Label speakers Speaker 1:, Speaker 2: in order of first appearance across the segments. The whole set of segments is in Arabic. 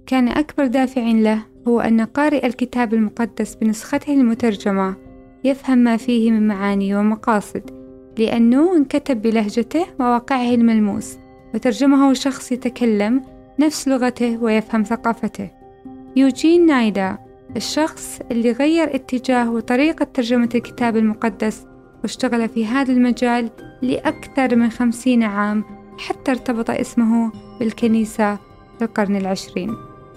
Speaker 1: وكان أكبر دافع له هو أن قارئ الكتاب المقدس بنسخته المترجمة يفهم ما فيه من معاني ومقاصد، لأنه انكتب بلهجته وواقعه الملموس، وترجمه شخص يتكلم نفس لغته ويفهم ثقافته. يوجين نايدا، الشخص اللي غير اتجاه وطريقة ترجمة الكتاب المقدس واشتغل في هذا المجال لأكثر من 50 عام، حتى ارتبط اسمه بالكنيسة في القرن العشرين.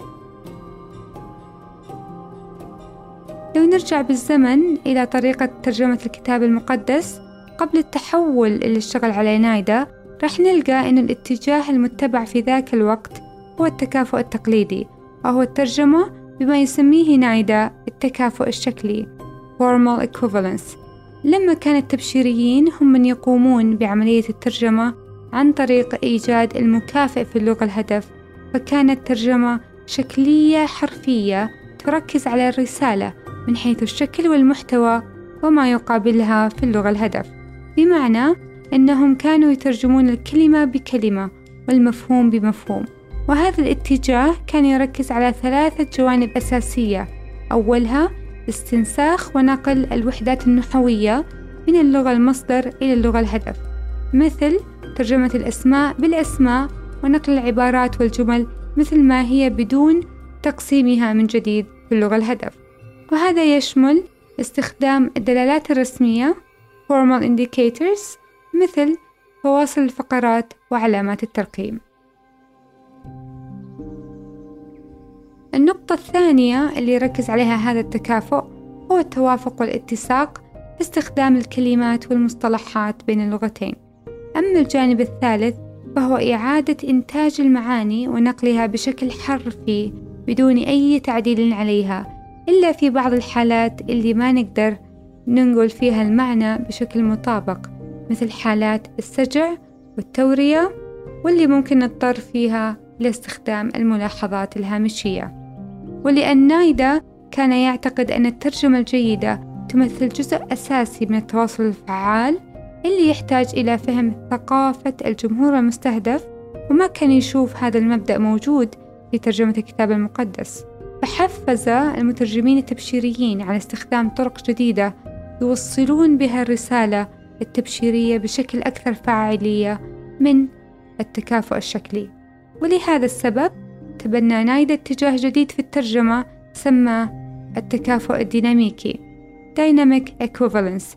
Speaker 1: لو نرجع بالزمن إلى طريقة ترجمة الكتاب المقدس قبل التحول اللي اشتغل عليه نايدا، رح نلقى أن الاتجاه المتبع في ذاك الوقت هو التكافؤ التقليدي، وهو الترجمة بما يسميه نايدا التكافؤ الشكلي formal equivalence. لما كان التبشيريين هم من يقومون بعملية الترجمة عن طريق إيجاد المكافئ في اللغة الهدف، فكانت ترجمة شكلية حرفية تركز على الرسالة من حيث الشكل والمحتوى وما يقابلها في اللغة الهدف، بمعنى أنهم كانوا يترجمون الكلمة بكلمة والمفهوم بمفهوم. وهذا الاتجاه كان يركز على 3 جوانب أساسية: أولها استنساخ ونقل الوحدات النحوية من اللغة المصدر إلى اللغة الهدف، مثل ترجمة الأسماء بالأسماء ونقل العبارات والجمل مثل ما هي بدون تقسيمها من جديد في اللغة الهدف. وهذا يشمل استخدام الدلالات الرسمية formal indicators مثل فواصل الفقرات وعلامات الترقيم. النقطة الثانية اللي يركز عليها هذا التكافؤ هو التوافق والاتساق في استخدام الكلمات والمصطلحات بين اللغتين. أما الجانب الثالث فهو إعادة إنتاج المعاني ونقلها بشكل حرفي بدون أي تعديل عليها، إلا في بعض الحالات اللي ما نقدر ننقل فيها المعنى بشكل مطابق، مثل حالات السجع والتورية، واللي ممكن نضطر فيها لاستخدام الملاحظات الهامشية. ولأن نايدا كان يعتقد أن الترجمة الجيدة تمثل جزء أساسي من التواصل الفعال اللي يحتاج إلى فهم ثقافة الجمهور المستهدف، وما كان يشوف هذا المبدأ موجود في ترجمة الكتاب المقدس، فحفز المترجمين التبشيريين على استخدام طرق جديدة يوصلون بها الرسالة التبشيرية بشكل أكثر فاعلية من التكافؤ الشكلي. ولهذا السبب تبنى نايدا اتجاه جديد في الترجمة سماه التكافؤ الديناميكي Dynamic Equivalence،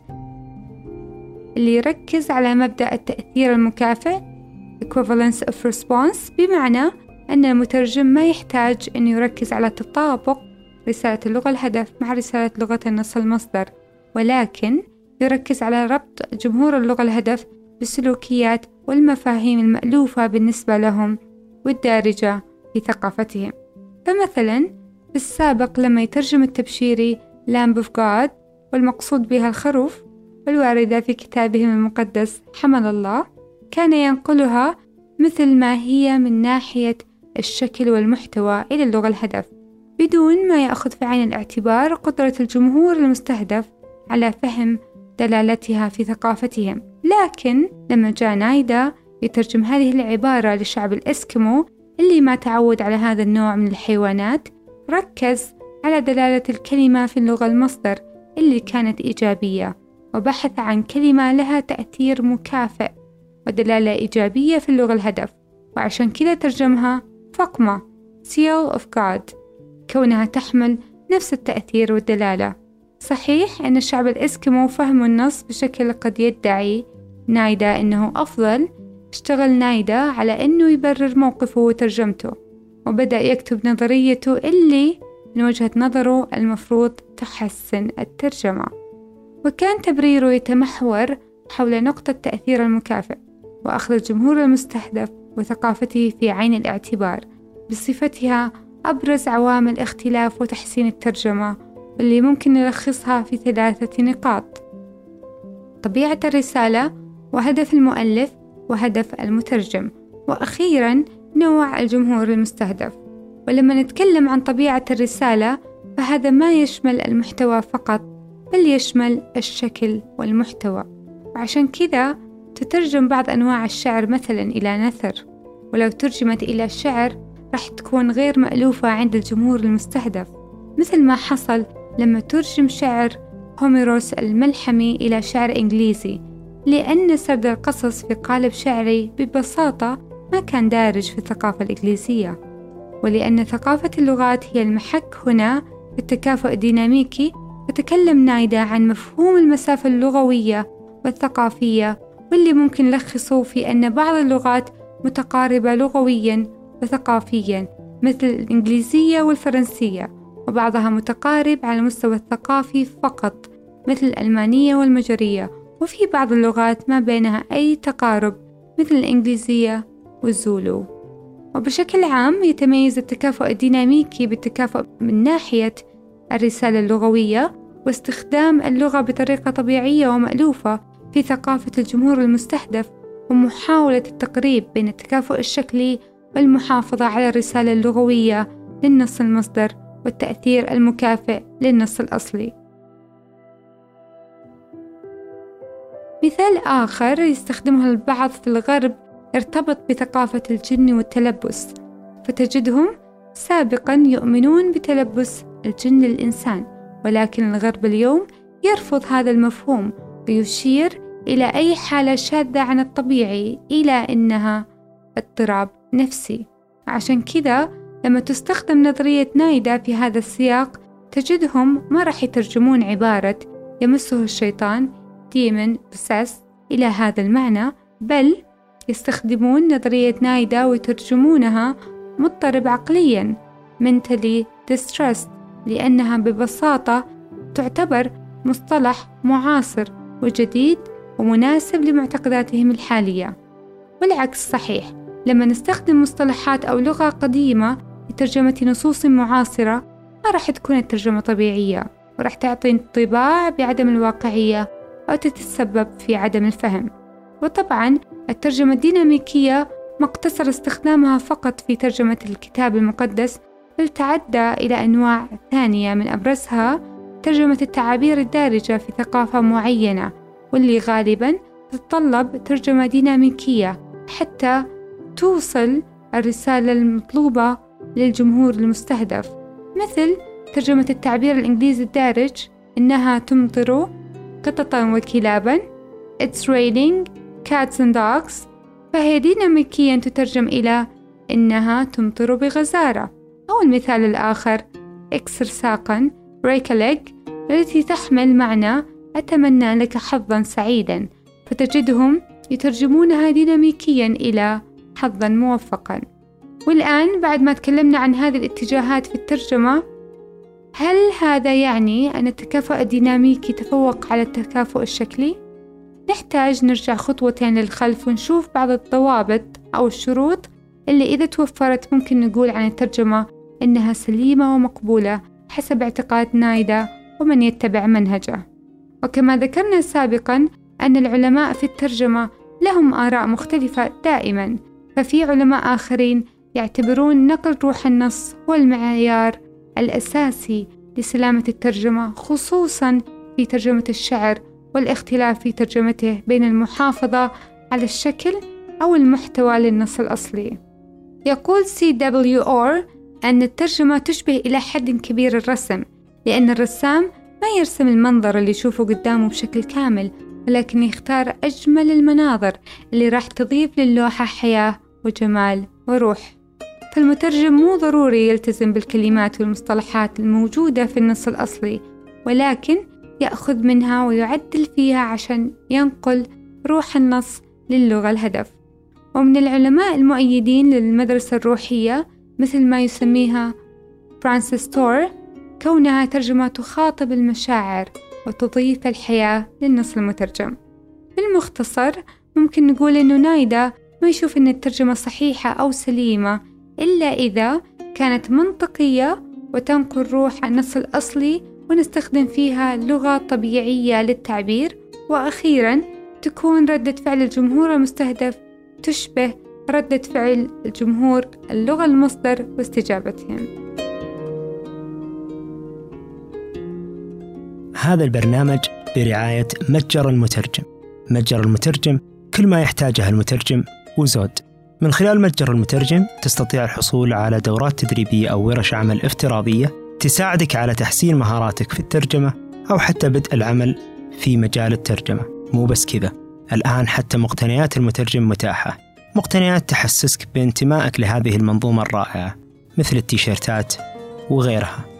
Speaker 1: اللي يركز على مبدأ التأثير المكافئ Equivalence of Response، بمعنى أن المترجم ما يحتاج أن يركز على تطابق رسالة اللغة الهدف مع رسالة لغة النص المصدر، ولكن يركز على ربط جمهور اللغة الهدف بالسلوكيات والمفاهيم المألوفة بالنسبة لهم والدارجة في ثقافتهم. فمثلا في السابق لما يترجم التبشيري Lamb of God والمقصود بها الخروف والواردة في كتابهم المقدس حمل الله، كان ينقلها مثل ما هي من ناحية الشكل والمحتوى إلى اللغة الهدف، بدون ما يأخذ في عين الاعتبار قدرة الجمهور المستهدف على فهم دلالتها في ثقافتهم. لكن لما جاء نايدا يترجم هذه العبارة للشعب الإسكيمو اللي ما تعود على هذا النوع من الحيوانات، ركز على دلالة الكلمة في اللغة المصدر اللي كانت إيجابية، وبحث عن كلمة لها تأثير مكافئ ودلالة إيجابية في اللغة الهدف، وعشان كذا ترجمها فقمة Seal of God، كونها تحمل نفس التأثير والدلالة. صحيح أن الشعب الإسكيمو فهموا النص بشكل قد يدعي نايدا أنه أفضل. اشتغل نايدا على أنه يبرر موقفه وترجمته، وبدأ يكتب نظريته اللي من وجهة نظره المفروض تحسن الترجمة، وكان تبريره يتمحور حول نقطة تأثير المكافئ وأخذ الجمهور المستهدف وثقافته في عين الاعتبار بصفتها أبرز عوامل اختلاف وتحسين الترجمة، واللي ممكن نلخصها في 3 نقاط: طبيعة الرسالة، وهدف المؤلف، وهدف المترجم، وأخيراً نوع الجمهور المستهدف. ولما نتكلم عن طبيعة الرسالة فهذا ما يشمل المحتوى فقط، بل يشمل الشكل والمحتوى، وعشان كذا تترجم بعض أنواع الشعر مثلاً إلى نثر، ولو ترجمت إلى شعر راح تكون غير مألوفة عند الجمهور المستهدف، مثل ما حصل لما ترجم شعر هوميروس الملحمي إلى شعر إنجليزي، لأن سرد القصص في قالب شعري ببساطة ما كان دارج في الثقافة الإنجليزية، ولأن ثقافة اللغات هي المحك هنا في التكافؤ الديناميكي. فتكلم نايدا عن مفهوم المسافة اللغوية والثقافية، واللي ممكن نلخصه في أن بعض اللغات متقاربة لغوياً وثقافياً مثل الإنجليزية والفرنسية، وبعضها متقارب على المستوى الثقافي فقط مثل الألمانية والمجرية، وفي بعض اللغات ما بينها أي تقارب مثل الإنجليزية والزولو. وبشكل عام يتميز التكافؤ الديناميكي بالتكافؤ من ناحية الرسالة اللغوية واستخدام اللغة بطريقة طبيعية ومألوفة في ثقافة الجمهور المستهدف، ومحاولة التقريب بين التكافؤ الشكلي والمحافظة على الرسالة اللغوية للنص المصدر والتأثير المكافئ للنص الأصلي. مثال آخر يستخدمه البعض في الغرب ارتبط بثقافة الجن والتلبس، فتجدهم سابقاً يؤمنون بتلبس الجن للإنسان، ولكن الغرب اليوم يرفض هذا المفهوم ويشير إلى أي حالة شاذة عن الطبيعي إلى أنها اضطراب نفسي. عشان كذا لما تستخدم نظرية نايدا في هذا السياق تجدهم ما راح يترجمون عبارة يمسه الشيطان demon possessed إلى هذا المعنى، بل يستخدمون نظرية نايدا ويترجمونها مضطرب عقلياً mentally distressed، لأنها ببساطة تعتبر مصطلح معاصر وجديد ومناسب لمعتقداتهم الحالية. والعكس صحيح، لما نستخدم مصطلحات أو لغة قديمة لترجمة نصوص معاصرة ما راح تكون الترجمة طبيعية، وراح تعطي انطباع بعدم الواقعية أو تتسبب في عدم الفهم. وطبعاً الترجمة الديناميكية مقتصر استخدامها فقط في ترجمة الكتاب المقدس، بل تعدى إلى أنواع ثانية من أبرزها ترجمة التعابير الدارجة في ثقافة معينة، واللي غالباً تتطلب ترجمة ديناميكية حتى توصل الرسالة المطلوبة للجمهور المستهدف، مثل ترجمة التعبير الإنجليزي الدارج إنها تمطر قططاً وكلاباً It's raining cats and dogs، فهي ديناميكياً تترجم إلى إنها تمطر بغزارة. أو المثال الآخر اكسر ساقاً break a leg، التي تحمل معنى أتمنى لك حظاً سعيداً، فتجدهم يترجمونها ديناميكياً إلى حظاً موفقاً. والآن بعد ما تكلمنا عن هذه الاتجاهات في الترجمة، هل هذا يعني أن التكافؤ الديناميكي تفوق على التكافؤ الشكلي؟ نحتاج نرجع خطوتين للخلف ونشوف بعض الضوابط أو الشروط اللي إذا توفرت ممكن نقول عن الترجمة إنها سليمة ومقبولة حسب اعتقاد نايدا ومن يتبع منهجه. وكما ذكرنا سابقاً أن العلماء في الترجمة لهم آراء مختلفة دائماً، ففي علماء آخرين يعتبرون نقل روح النص هو المعيار الأساسي لسلامة الترجمة، خصوصاً في ترجمة الشعر، والاختلاف في ترجمته بين المحافظة على الشكل أو المحتوى للنص الأصلي. يقول CWR أن الترجمة تشبه إلى حد كبير الرسم، لأن الرسام ما يرسم المنظر اللي يشوفه قدامه بشكل كامل، ولكن يختار أجمل المناظر اللي راح تضيف للوحة حياة وجمال وروح. فالمترجم مو ضروري يلتزم بالكلمات والمصطلحات الموجودة في النص الأصلي، ولكن يأخذ منها ويعدل فيها عشان ينقل روح النص للغة الهدف. ومن العلماء المؤيدين للمدرسة الروحية مثل ما يسميها فرانسيس تور، كونها ترجمة تخاطب المشاعر وتضيف الحياة للنص المترجم. بالمختصر ممكن نقول إنه نايدا ما يشوف إن الترجمة صحيحة أو سليمة إلا إذا كانت منطقية وتنقل روح النص الأصلي ونستخدم فيها لغة طبيعية للتعبير، وأخيراً تكون ردة فعل الجمهور المستهدف تشبه ردة فعل الجمهور اللغة المصدر واستجابتهم.
Speaker 2: هذا البرنامج برعاية متجر المترجم. متجر المترجم كل ما يحتاجه المترجم وزود. من خلال متجر المترجم تستطيع الحصول على دورات تدريبية أو ورش عمل افتراضية تساعدك على تحسين مهاراتك في الترجمة أو حتى بدء العمل في مجال الترجمة. مو بس كذا، الآن حتى مقتنيات المترجم متاحة، مقتنيات تحسسك بانتمائك لهذه المنظومة الرائعة مثل التيشيرتات وغيرها.